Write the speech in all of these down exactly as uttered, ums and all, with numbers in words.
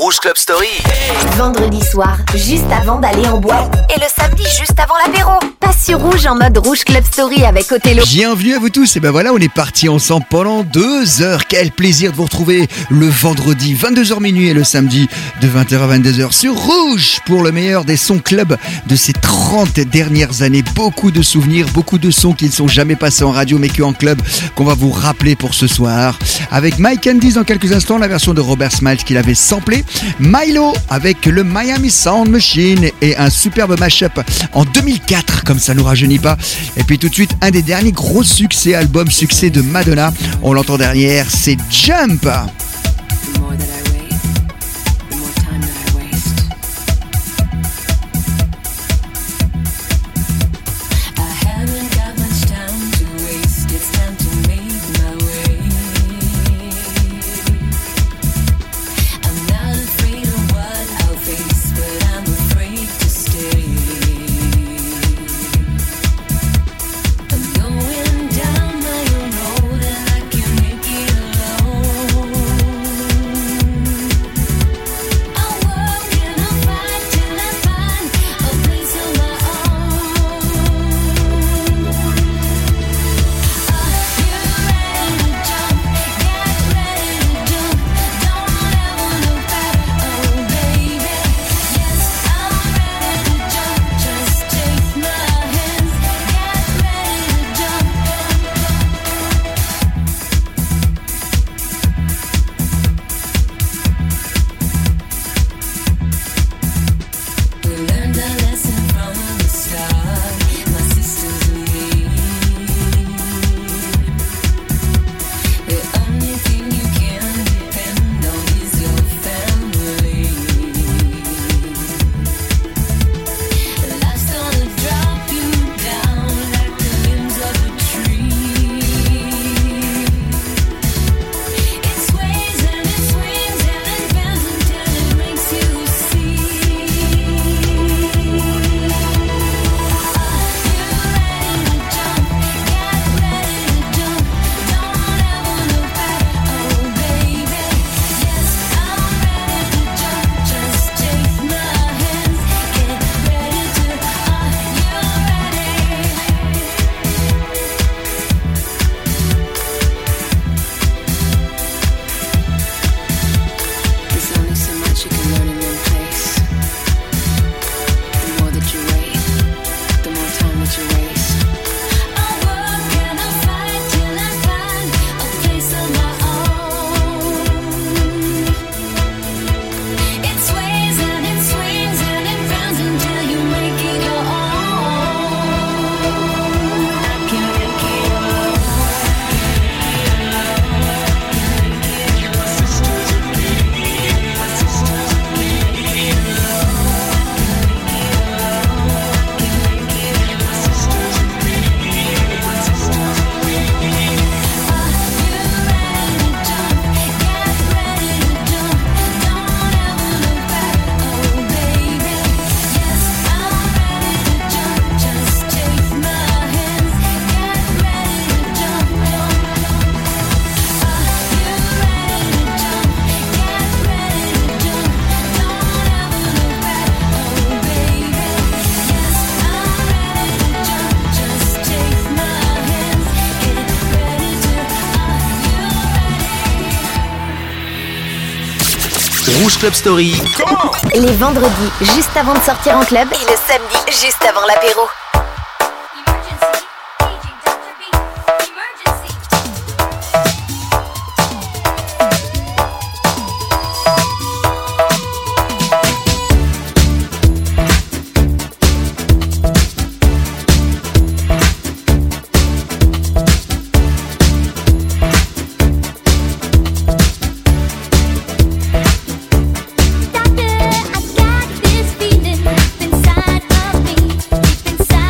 Rouge Club Story. Vendredi soir, juste avant d'aller en boîte. Et le samedi, juste avant l'apéro. Passe sur Rouge en mode Rouge Club Story avec Othello. Bienvenue à vous tous. Et ben voilà, on est parti ensemble pendant deux heures. Quel plaisir de vous retrouver le vendredi vingt-deux heures minuit et le samedi de vingt heures à vingt-deux heures sur Rouge pour le meilleur des sons club de ces trente dernières années. Beaucoup de souvenirs, beaucoup de sons qui ne sont jamais passés en radio mais qu'en club qu'on va vous rappeler pour ce soir. Avec Mike Candice dans quelques instants, la version de Robert Smiles qu'il avait samplé. Milo avec le Miami Sound Machine et un superbe mashup en deux mille quatre, comme ça nous rajeunit pas. Et puis tout de suite, un des derniers gros succès, album succès de Madonna. On l'entend derrière, c'est Jump. Rouge Club Story. Les vendredis, juste avant de sortir en club. Et le samedi, juste avant l'apéro. Doctor, I got this feeling inside of me.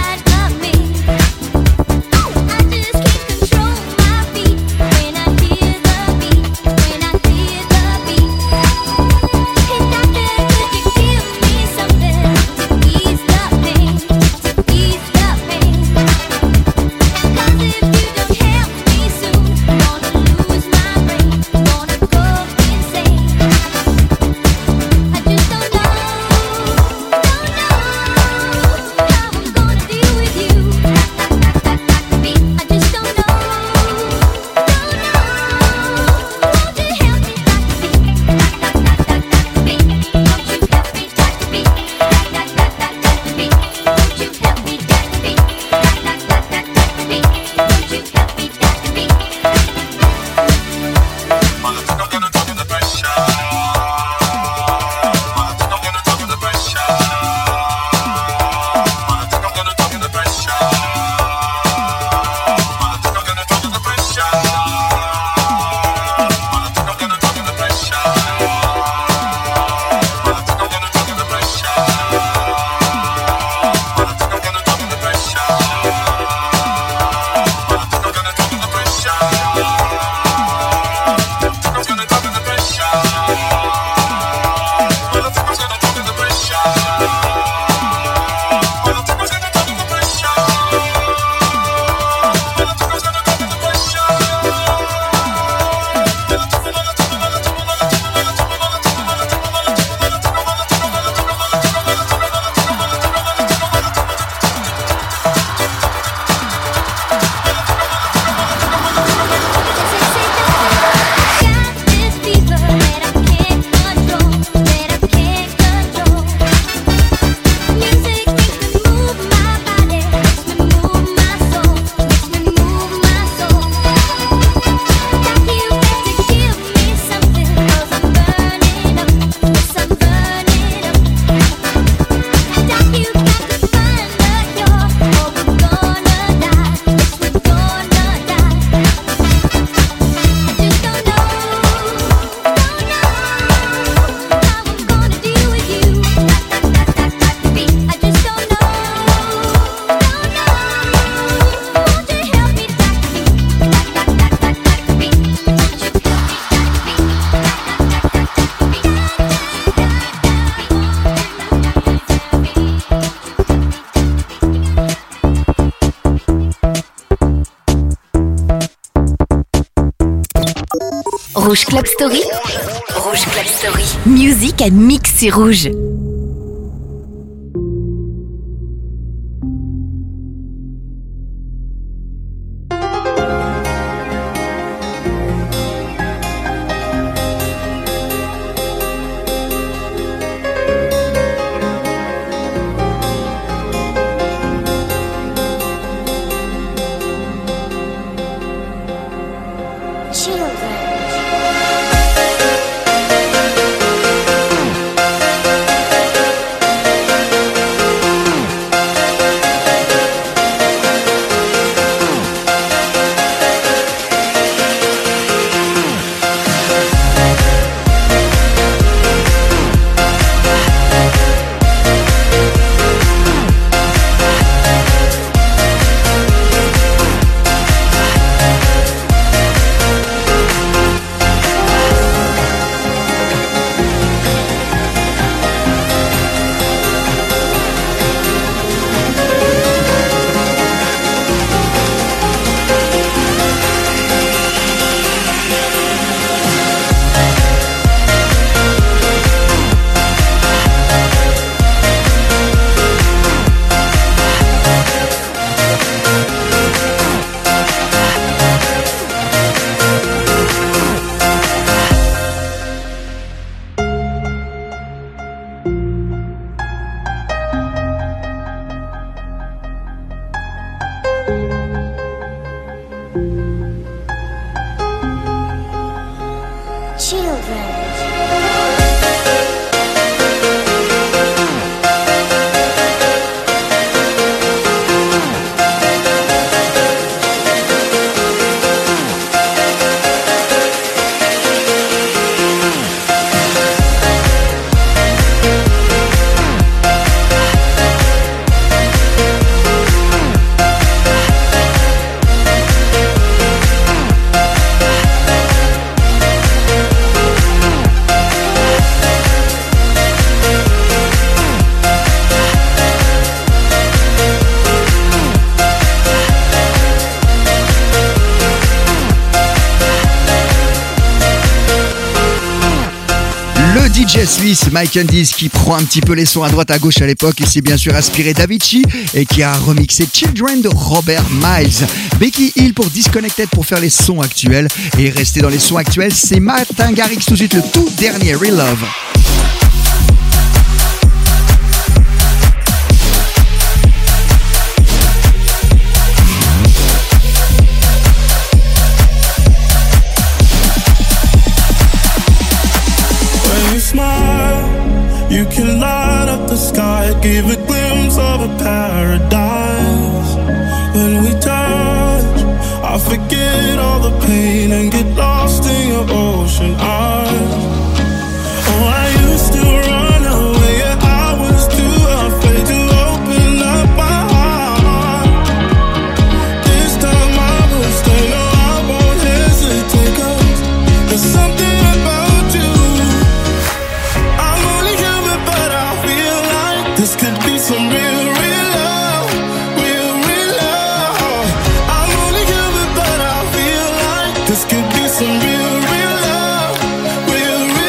Rouge Club Story. Rouge Club Story. Music and mix sur Rouge. D J suisse Mike Undies qui prend un petit peu les sons à droite à gauche à l'époque et s'est bien sûr inspiré d'Avicii et qui a remixé Children de Robert Miles. Becky Hill pour Disconnected pour faire les sons actuels et rester dans les sons actuels, c'est Martin Garrix tout de suite le tout dernier Real Love. You can light up the sky, give a glimpse of a paradise. When we touch, I forget all the pain and get lost in your ocean eyes. Oh, I used to run away, yeah, I was too afraid to open up my heart. This time I will stay, no, I won't hesitate, 'cause there's something about you. This could be some real, real love, real, real love. I'm only human, but I feel like this could be some real, real love, real, real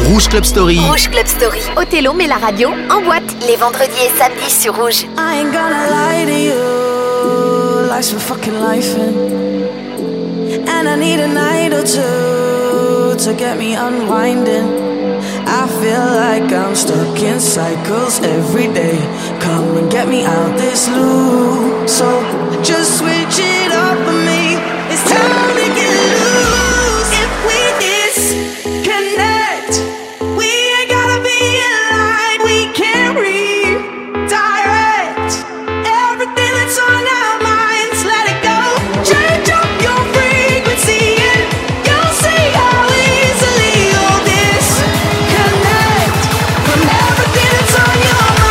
Rouge Club Story. Rouge Club Story. Othello met la radio en boîte les vendredis et samedis sur Rouge. I ain't gonna lie to you, life's for fucking life and, and I need a night or two to get me unwinding. I feel like I'm stuck in cycles every day. Come and get me out this loop. So just switch it up for me. It's time to get loose. If we disconnect, we ain't gotta be in line. We can redirect everything that's on our minds. Let it go. Change up your frequency and you'll see how easily you'll disconnect from everything that's on your mind.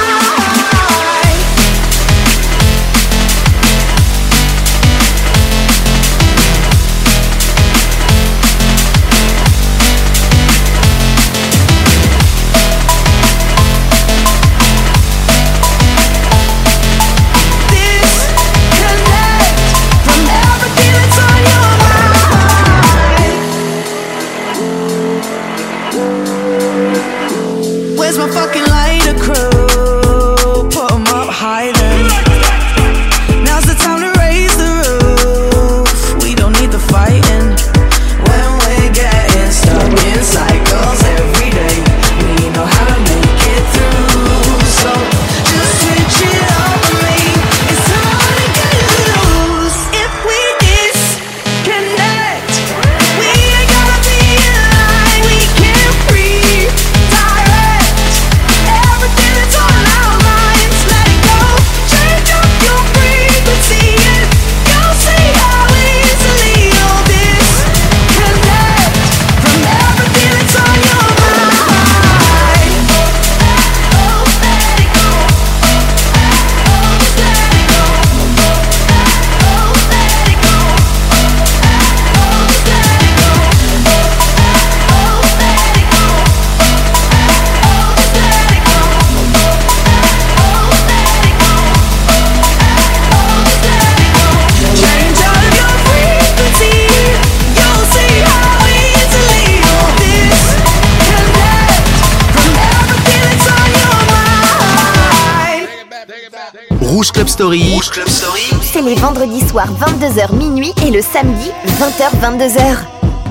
Where's my fucking lighter crew? Put 'em up high then. Now's the time to raise the roof. We don't need the fighting. When we're getting stuck in cycles every day, we know how to make it through. So just switch it up for me. It's time to get loose. If we disconnect, we ain't gotta be in line. We can redirect everything that's on our minds. Let it go. Change up your frequency and you'll see how easily you'll disconnect from everything that's on your mind. Oh, let it go. Oh, just let it go. Oh, let it go. Oh, just let it go. Oh, let it go. Oh, just let it go. Oh, let it go. Oh, just let it go. Change up your frequency. You'll see how easily you'll disconnect from everything that's on your mind. Rouge Club Story. Rouge Club Story. C'est les vendredis soirs vingt-deux heures minuit et le samedi vingt heures vingt-deux heures.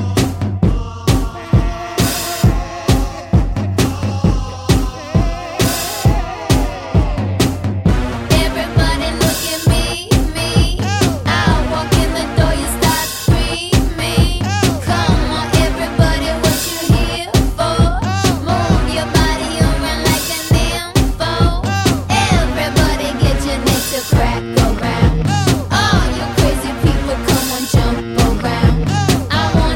Everybody look at me, me. I walk in the door, you start screaming. Come on, everybody, what you here for? Move your body around like an info. Everybody get your neck to crack around. All you crazy people, come on, jump around. I want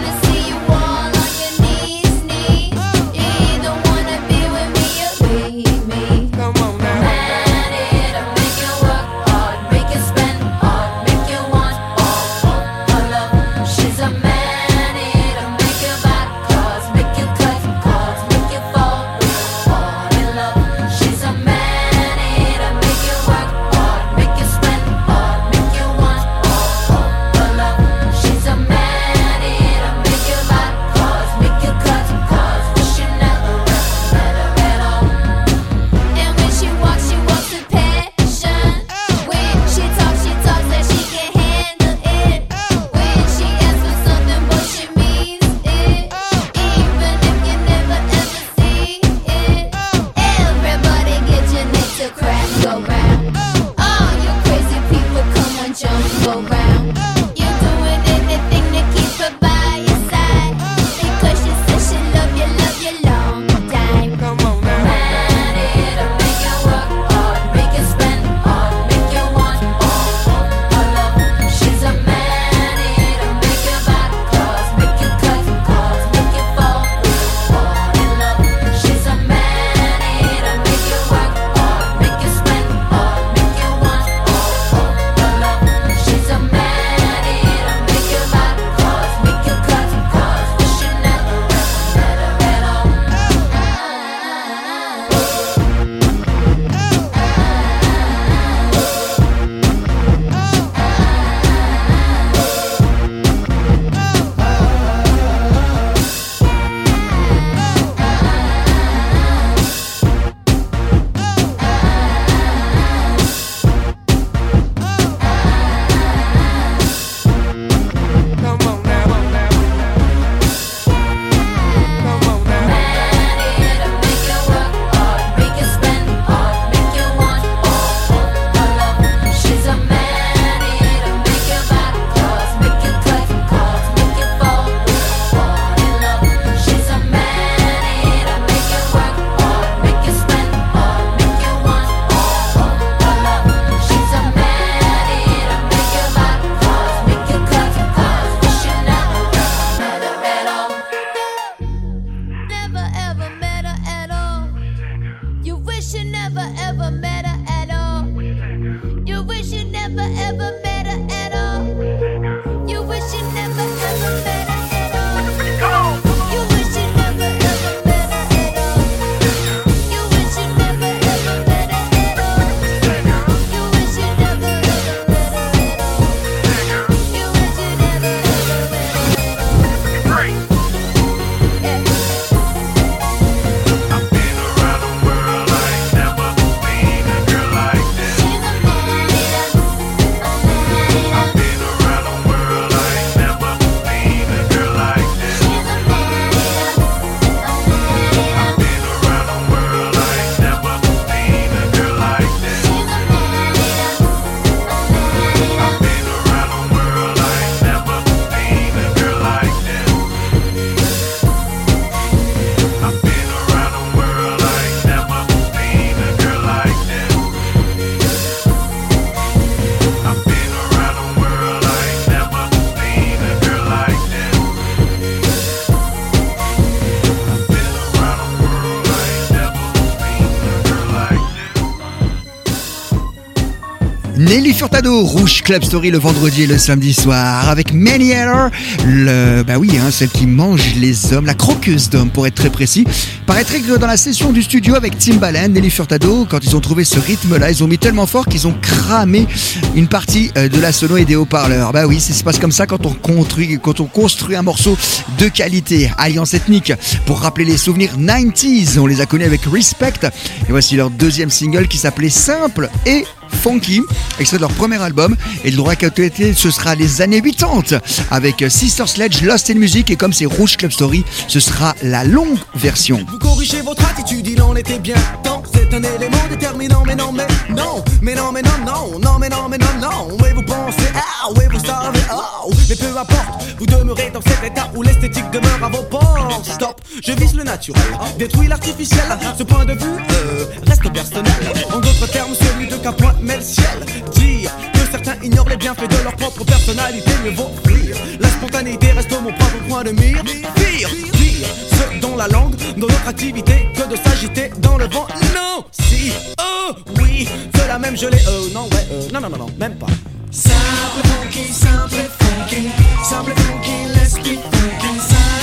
Nelly Furtado, Rouge Club Story le vendredi et le samedi soir avec Manny Heller, le, bah oui, hein, celle qui mange les hommes, la croqueuse d'hommes pour être très précis. Paraîtrait que dans la session du studio avec Timbaland, Nelly Furtado, quand ils ont trouvé ce rythme-là, ils ont mis tellement fort qu'ils ont cramé une partie de la sono et des haut-parleurs. Bah oui, ça se passe comme ça quand on construit, quand on construit un morceau de qualité. Alliance ethnique pour rappeler les souvenirs quatre-vingt-dix, on les a connus avec Respect. Et voici leur deuxième single qui s'appelait Simple et Funky, extrait de leur premier album. Et le droit à côté, ce sera les années quatre-vingt-dix avec Sister Sledge, Lost in Music. Et comme c'est Rouge Club Story, ce sera la longue version. Vous corrigez votre attitude, il en était bien temps. C'est un élément déterminant, mais non, mais non, mais non, mais non, non, non, mais non, mais non, non. Oui, vous pensez, ah, oui, vous savez, oh, mais peu importe, vous demeurez dans cet état où l'esthétique demeure à vos portes. Stop, je vise le naturel, détruis l'artificiel. Ce point de vue euh, reste personnel. En d'autres termes, celui de qu'un point met le ciel. Dire que certains ignorent les bienfaits de leur propre personnalité, mieux vaut fuir. La spontanéité reste mon propre point de mire. Pire, pire, ce dans la langue, dans notre activité, que de s'agiter dans le vent. Non, si, oh, oui, cela même je l'ai, euh, non, ouais, euh, non, non, non, non, même pas. Simple funky, simple funky, simple funky, let's be funky.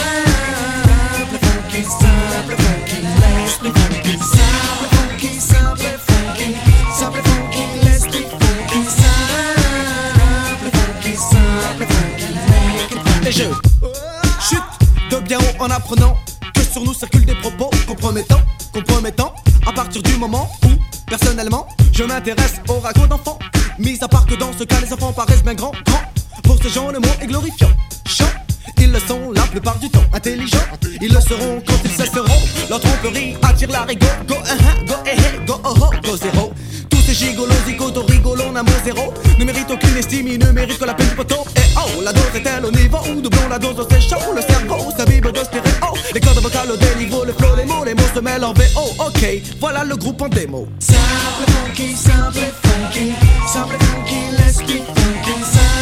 Simple funky, simple funky, let's be funky. Simple funky, simple funky, simple funky, let's be funky. Simple funky, simple funky, make it funky. Et je chute de bien haut en apprenant que sur nous circulent des propos compromettants, compromettants. À partir du moment où, personnellement, je m'intéresse au ragot d'enfants. Mis à part que dans ce cas, les enfants paraissent bien grands, grands. Pour ces gens, le mot est glorifiant. Chant, ils le sont la plupart du temps. Intelligents, ils le seront quand ils cesseront. Leur tromperie attire la rigo. Go, uh, uh, go, eh, eh, go, oh, oh, go, zéro. Tous ces gigolos, zigotos, rigolons, n'a mot zéro. Ne méritent aucune estime, ils ne méritent que la peine du poteau. Et oh, la dose est-elle au niveau où doublons la dose de ses chaud. Le cerveau s'abîme de stéréo. Les cordes vocales au déniveau, le flow, les mots, les mots se mêlent en V O. Ok, voilà le groupe en démo. Simple funky, simple funky, simple funky, let's be funky.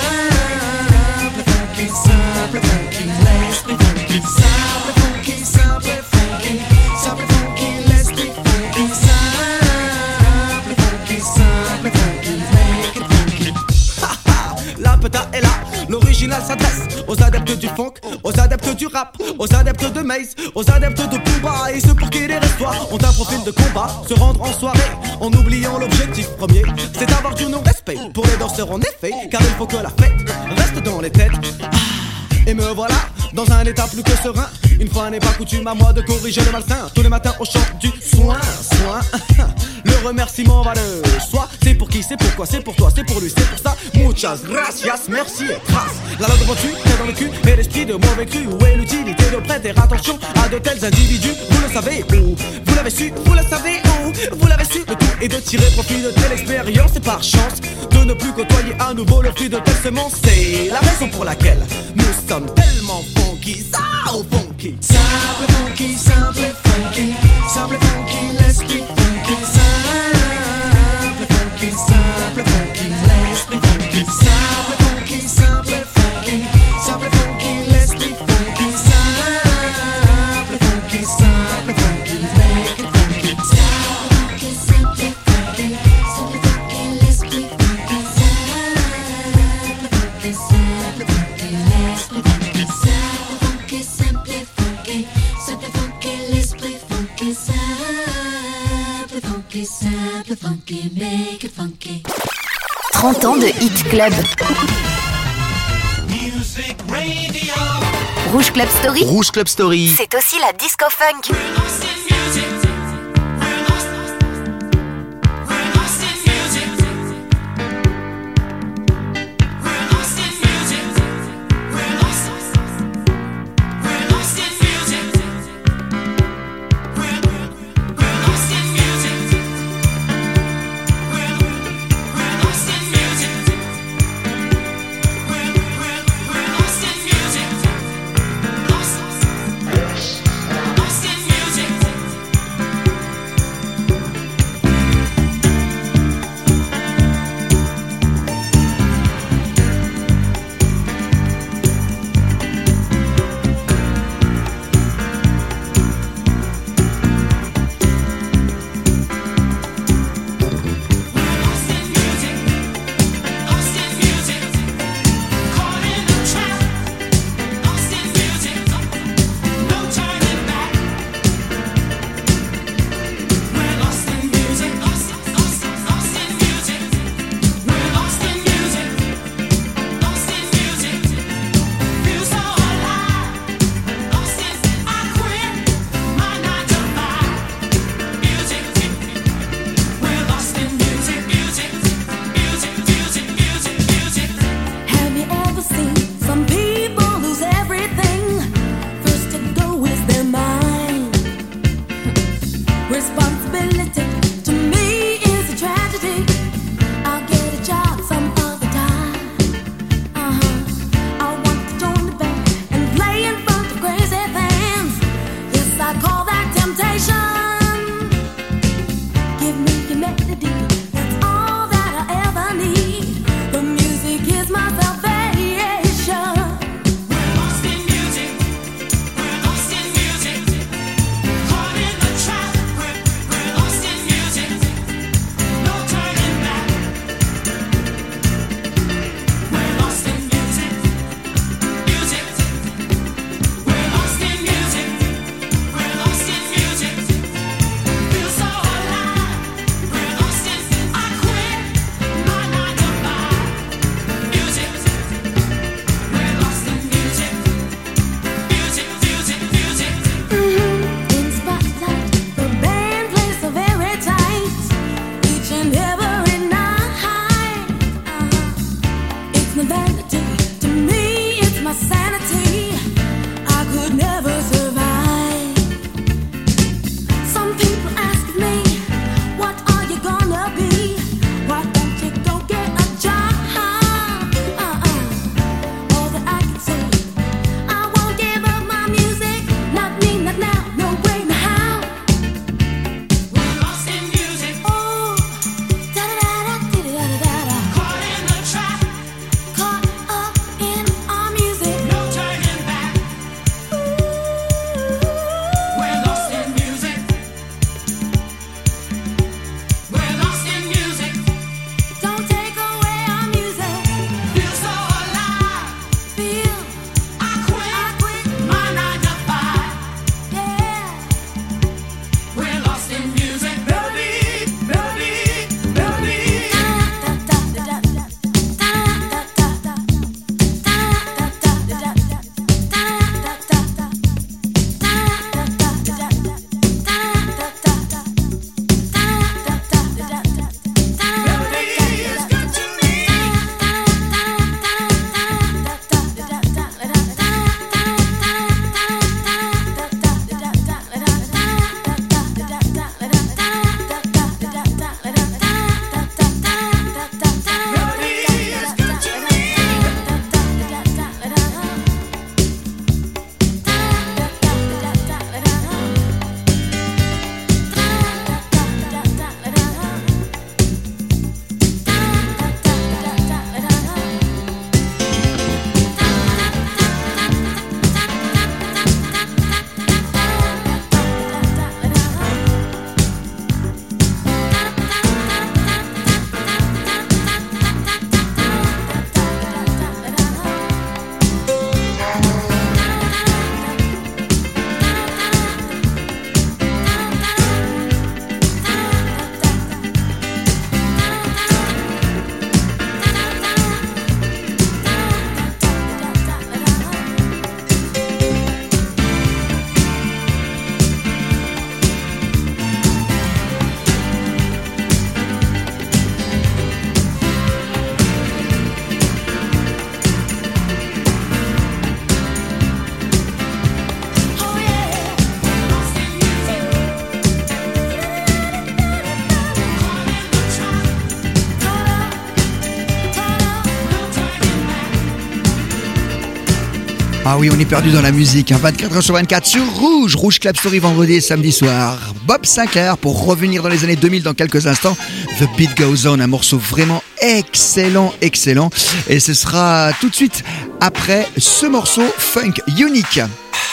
Simple funky, simple funky, let's be funky. Simple funky, simple funky, simple funky, let's be funky. Simple funky, simple funky, make it funky. Ha ha, la peta est là. L'original s'adresse aux adeptes du funk, aux adeptes du rap, aux adeptes de Maze, aux adeptes de Booba. Et ceux pour qui les restoirs ont un profil de combat. Se rendre en soirée en oubliant l'objectif premier, c'est d'avoir du non-respect pour les danseurs en effet. Car il faut que la fête reste dans les têtes. Et me voilà dans un état plus que serein. Une fois n'est pas coutume à moi de corriger le malsain. Tous les matins au chant du soin, soin. Le remerciement va de soi. C'est pour qui, c'est pourquoi, c'est pour toi, c'est pour lui, c'est pour ça. Muchas gracias, merci et trace. La langue reçue est dans le cul et l'esprit de mauvais cru. Où est l'utilité de prêter attention à de tels individus? Vous le savez où? Vous l'avez su, vous le savez où? Vous l'avez su, le tout est de tirer profit de telle expérience. Et par chance de ne plus côtoyer à nouveau le fruit de telle semence. C'est la raison pour laquelle nous sommes tellement funky, ça au funky. Simple funky, simple funky, simple funky, let's be funky. Simple funky, simple funky, let's be funky. Simple funky, simple funky, simple funky, let's be funky. Simple funky, simple funky, make it funky. Simple funky, simple funky, simple funky, let's be funky. Simple funky, simple funky, let's be funky. Simple funky, simple funky, simple funky, let's be funky. Simple funky, simple funky, make it funky. trente ans de Hit Club. Rouge Club Story, Rouge Club Story. c'est aussi la disco funk. Music. Ah oui, on est perdu dans la musique, hein. vingt-quatre heures sur vingt-quatre sur Rouge, Rouge Club Story vendredi et samedi soir. Bob Sinclair pour revenir dans les années deux mille dans quelques instants. The Beat Goes On, un morceau vraiment excellent, excellent. Et ce sera tout de suite après ce morceau funk unique.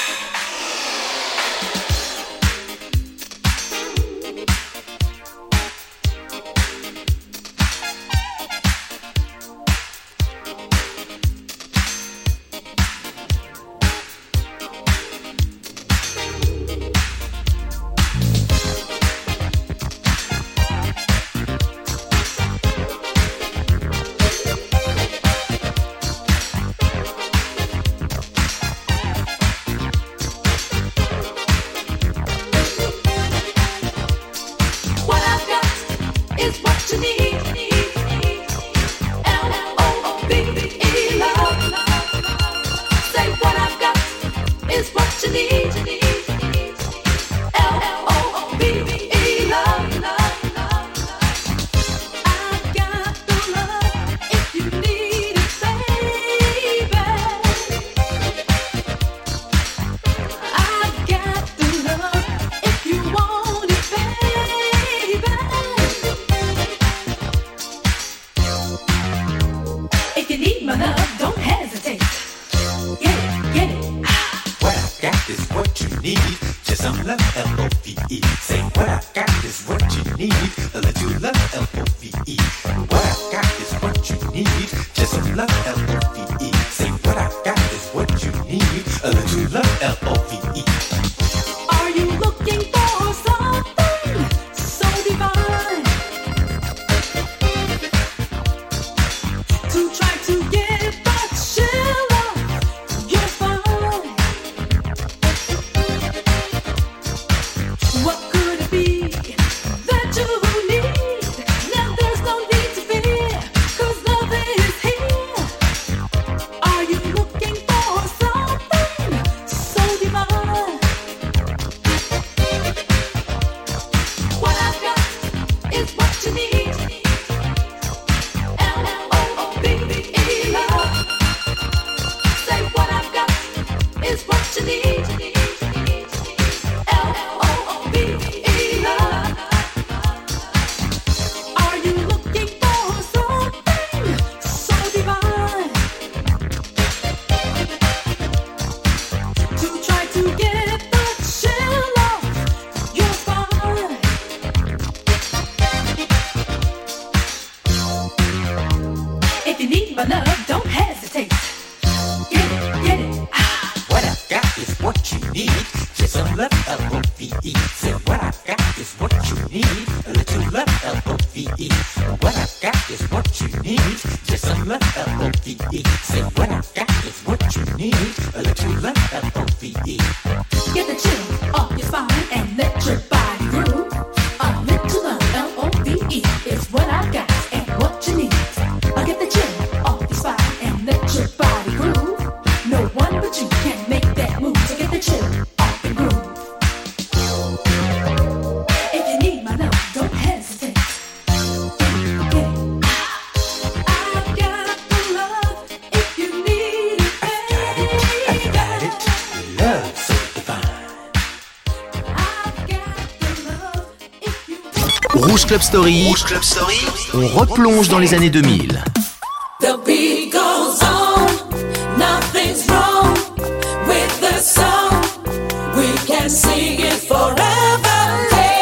Rouge Club Story. Rouge Club Story. On replonge dans les années deux mille. The beat goes on, nothing's wrong with the song. We can sing it forever. Hey,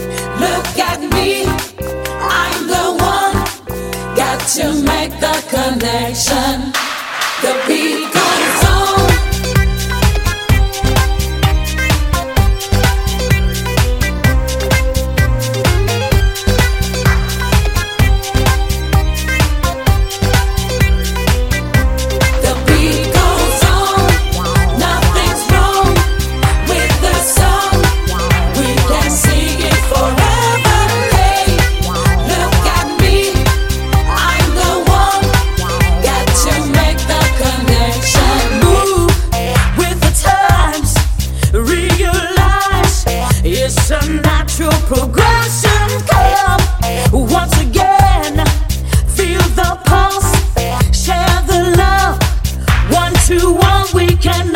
look at me, I'm the one. Got to make the connection. The beat goes on. Progression come once again. Feel the pulse, share the love. One to one, we can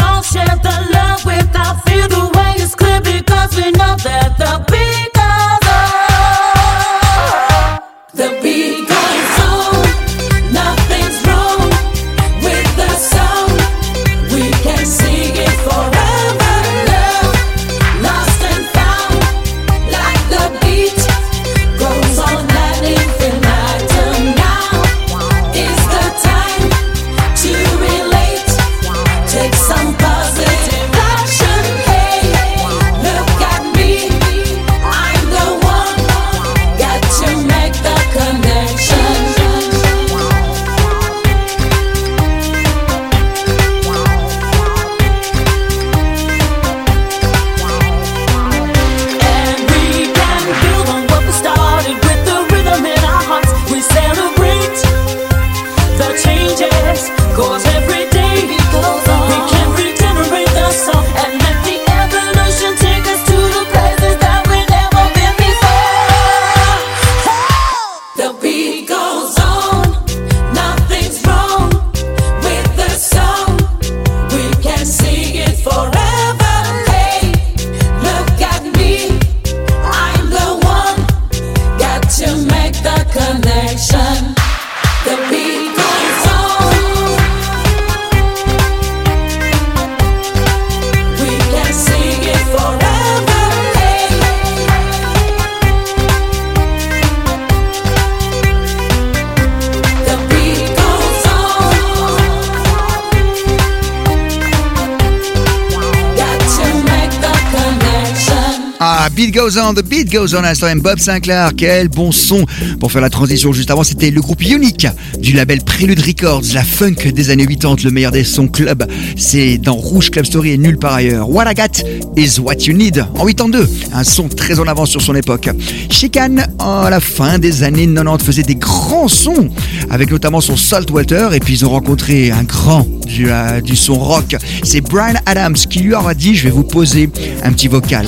Beat Goes On, The Beat Goes On, à l'instant même Bob Sinclair, quel bon son pour faire la transition. Juste avant, c'était le groupe Unique du label Prelude Records, la funk des années quatre-vingt-dix, le meilleur des sons club. C'est dans Rouge Club Story et nulle part ailleurs. What I Got Is What You Need, en quatre-vingt-deux, un son très en avance sur son époque. Chicane, à la fin des années quatre-vingt-dix, faisait des grands sons, avec notamment son Saltwater, et puis ils ont rencontré un grand du, euh, du son rock. C'est Bryan Adams qui lui aura dit, je vais vous poser un petit vocal.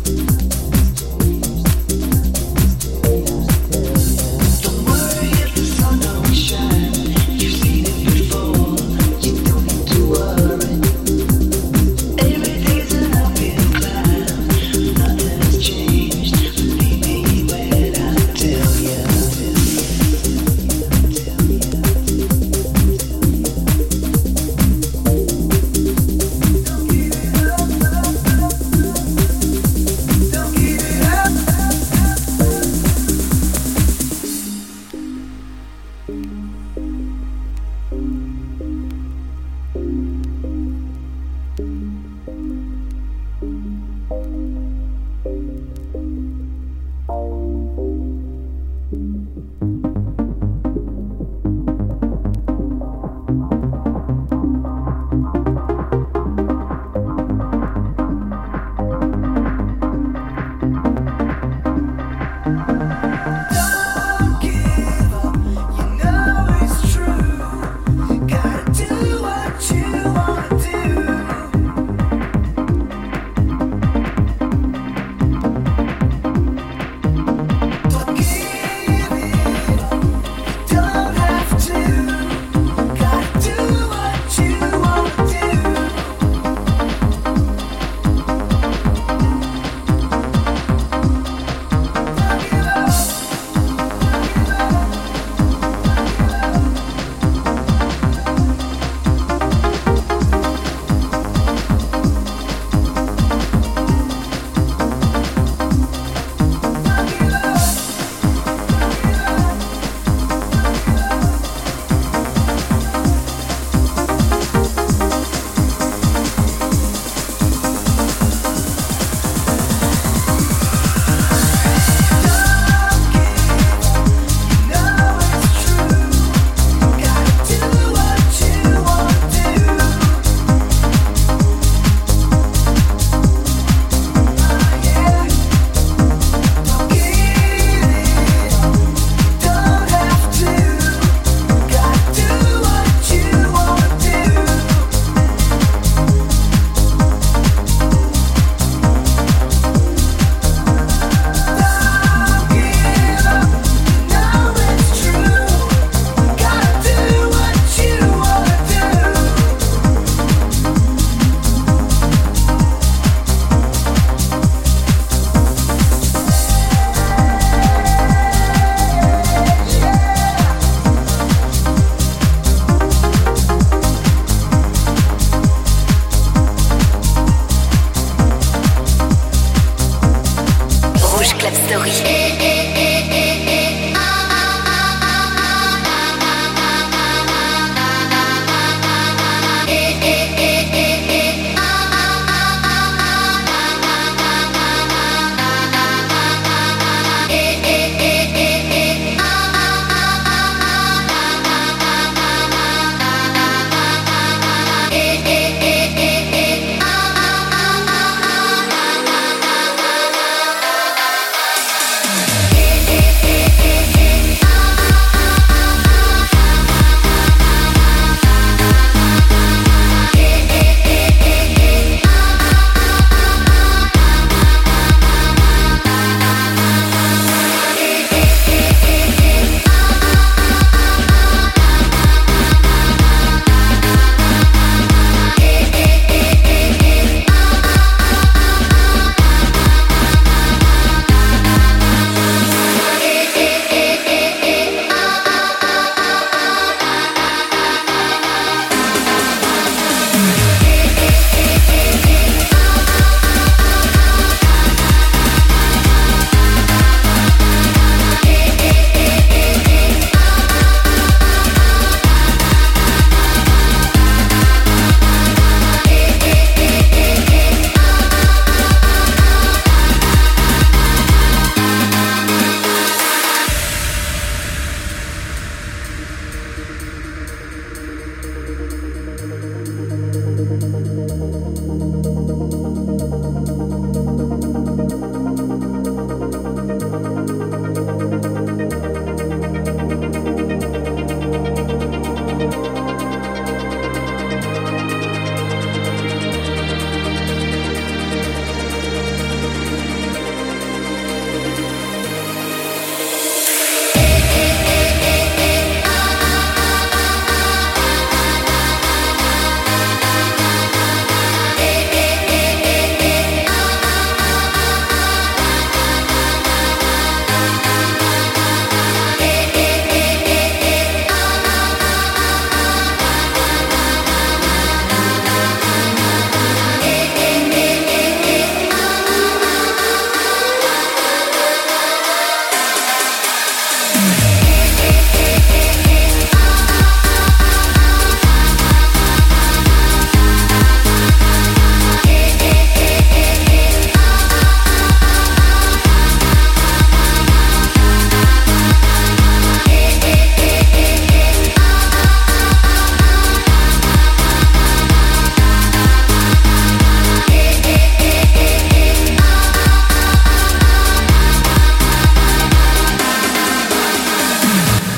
Don't worry if the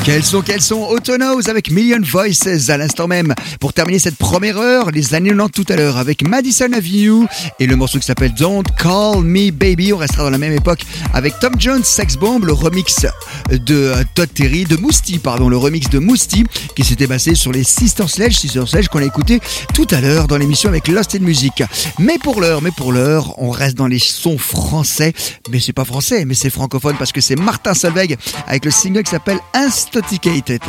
Quels sont, quels sont Autonos avec Million Voices à l'instant même. Pour terminer cette première heure, les années quatre-vingt-dix tout à l'heure avec Madison Avenue et le morceau qui s'appelle Don't Call Me Baby. On restera dans la même époque avec Tom Jones, Sex Bomb, le remix de Todd Terry, de Mousty, pardon, le remix de Mousty qui s'était basé sur les Sister Sledge, Sister Sledge qu'on a écouté tout à l'heure dans l'émission avec Lost in Music. Mais pour l'heure, mais pour l'heure, on reste dans les sons français, mais c'est pas français, mais c'est francophone parce que c'est Martin Solveig avec le single qui s'appelle Intoxicated.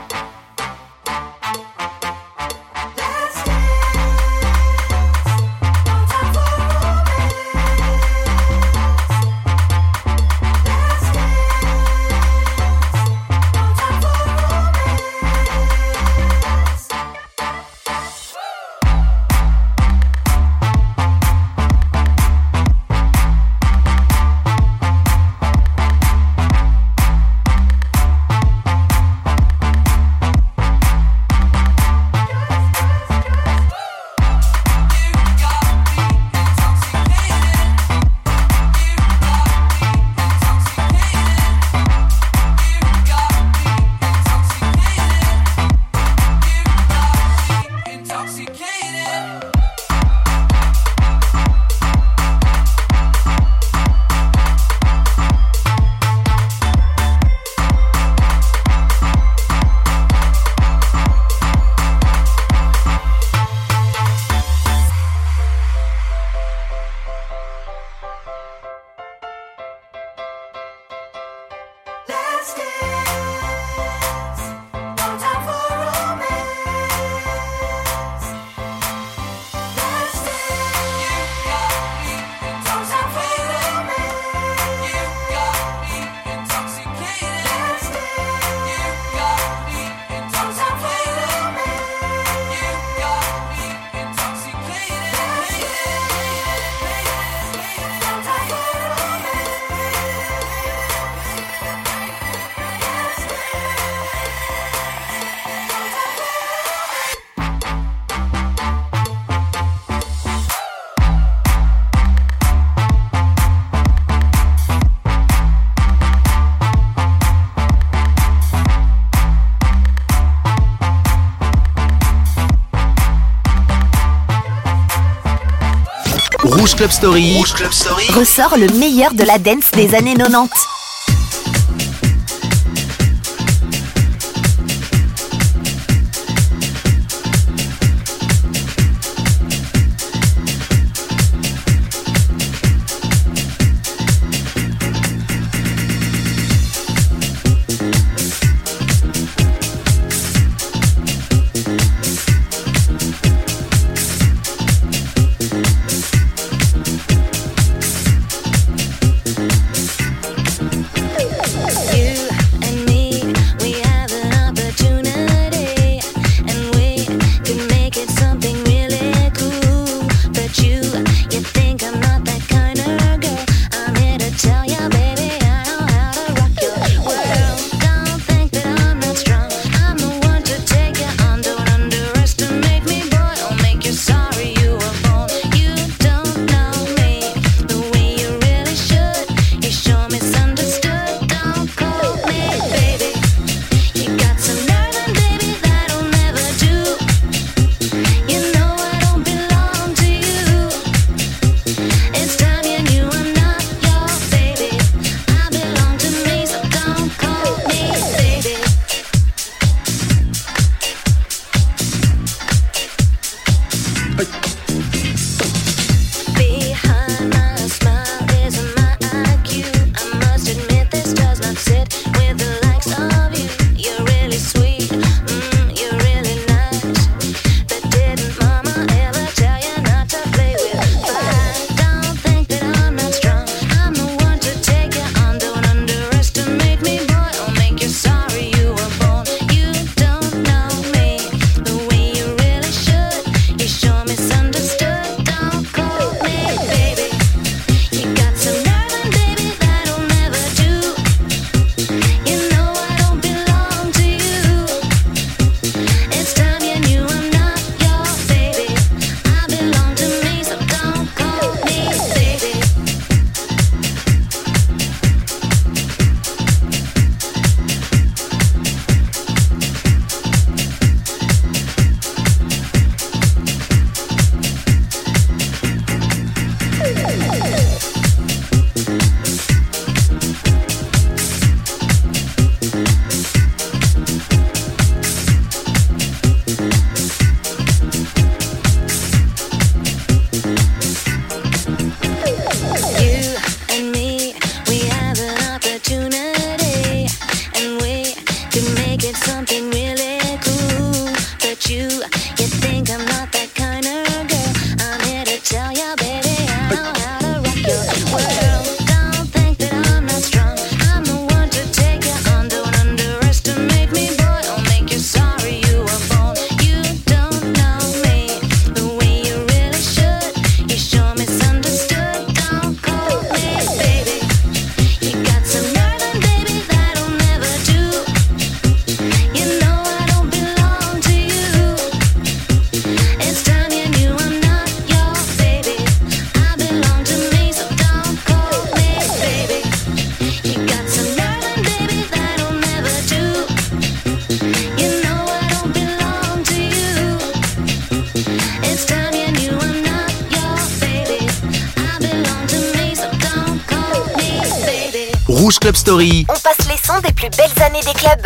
Rouge Club Story. Rouge Club Story. Ressort le meilleur de la dance des années quatre-vingt-dix. Misunderstood. Rouge Club Story. On passe les sons des plus belles années des clubs.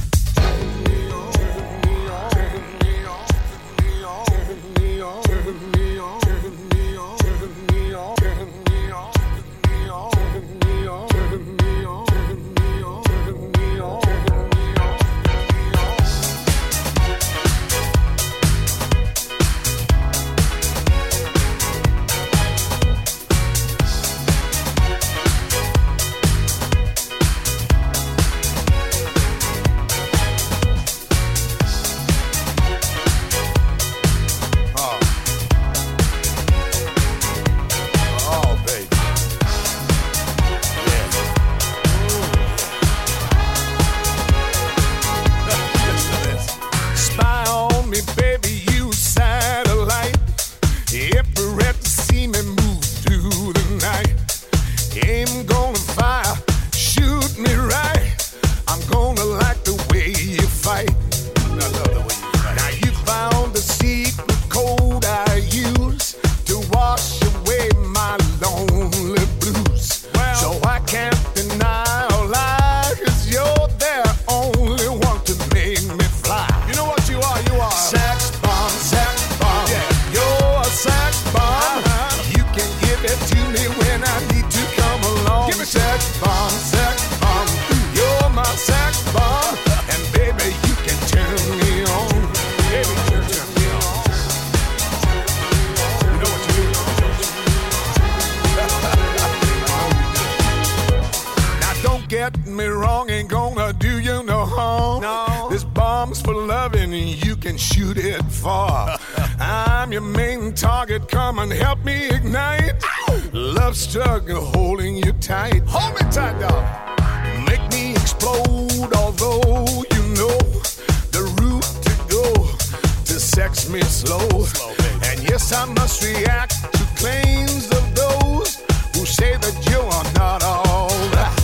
Get me wrong, ain't gonna do you no harm. No. This bomb's for loving, you can shoot it far. I'm your main target, come and help me ignite. Ow! Love struggle, holding you tight. Hold me tight, dog. Make me explode, although you know the route to go to sex me slow. slow and yes, I must react to claims of those who say that you are not all that.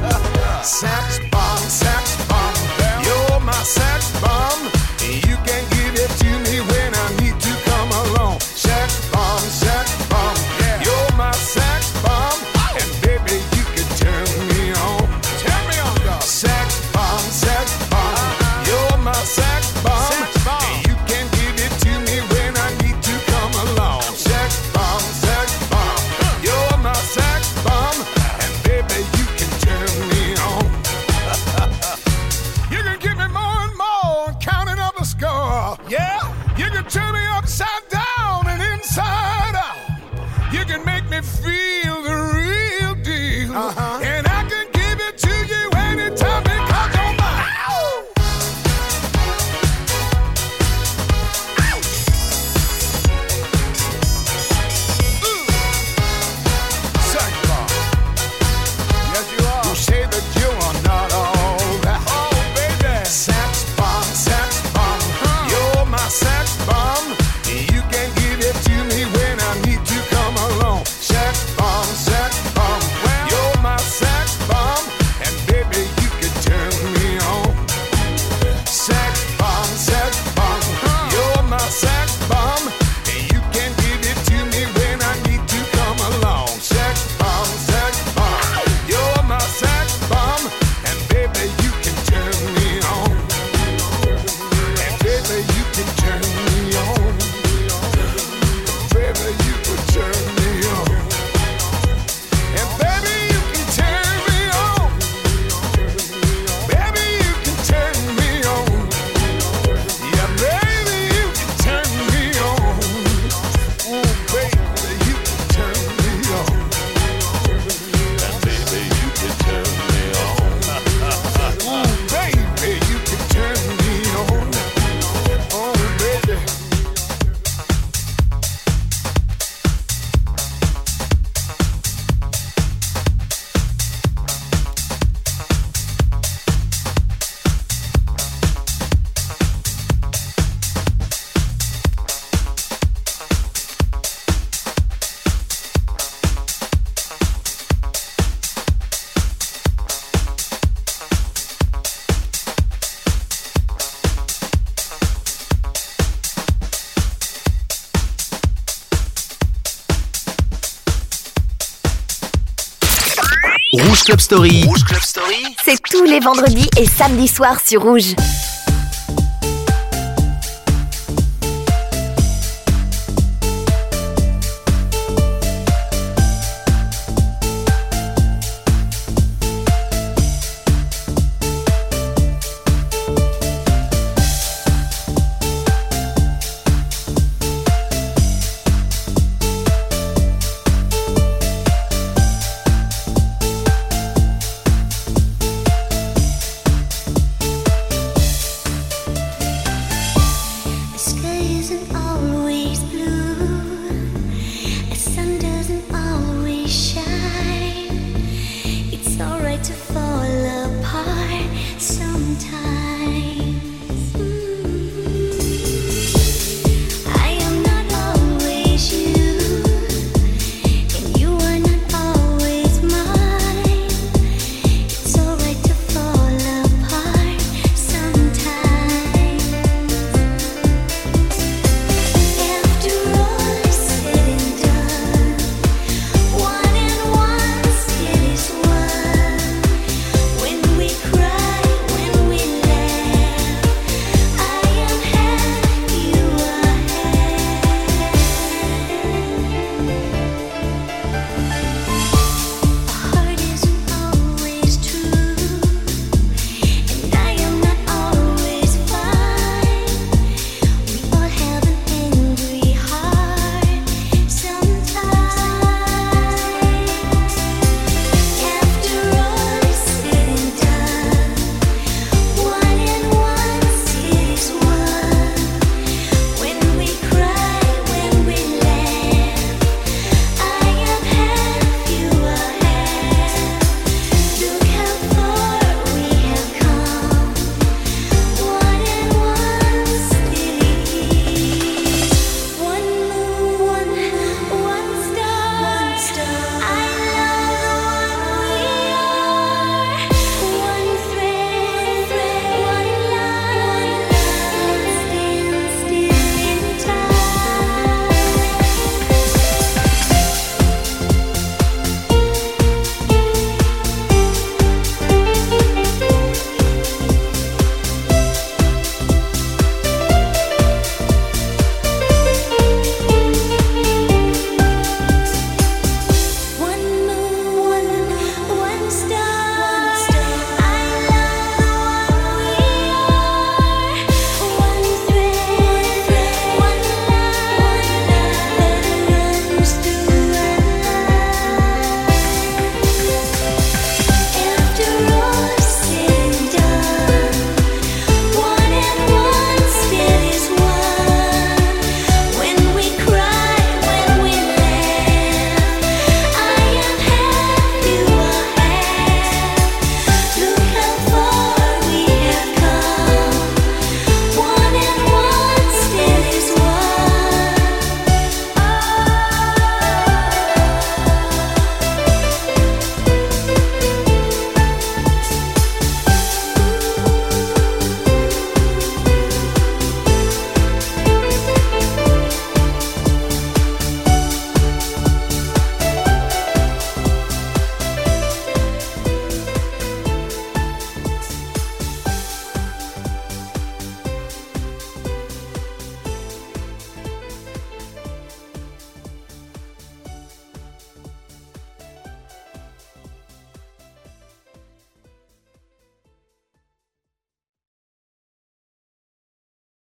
Sex bomb, sex bomb, you're my sex bomb. You can give it to me when I need to come along. Sex bomb, sex bomb, yeah. You're my sex bomb, and baby you can turn me on. Turn me on, dog. Sex bomb, sex bomb, you're my sex bomb. Sex bomb. You can give it to me when I need to come along. Sex bomb, sex bomb, you're my sex bomb, and baby you can turn me on. You can give me more and more, counting up the score. Yeah, you can turn me upside down and inside out. You can make me feel the real deal, uh-huh. And I can give it to you anytime because you're mine. Ow! Ouch! Ooh. Sex bomb. Yes, you are. You say that you are not all that. Oh, baby. Sex bomb, sex bomb. Huh. You're my sex bomb. You can give it to me when I need to come along. Sex bomb, sex Rouge Club Story. Rouge Club Story. C'est tous les vendredis et samedis soirs sur Rouge.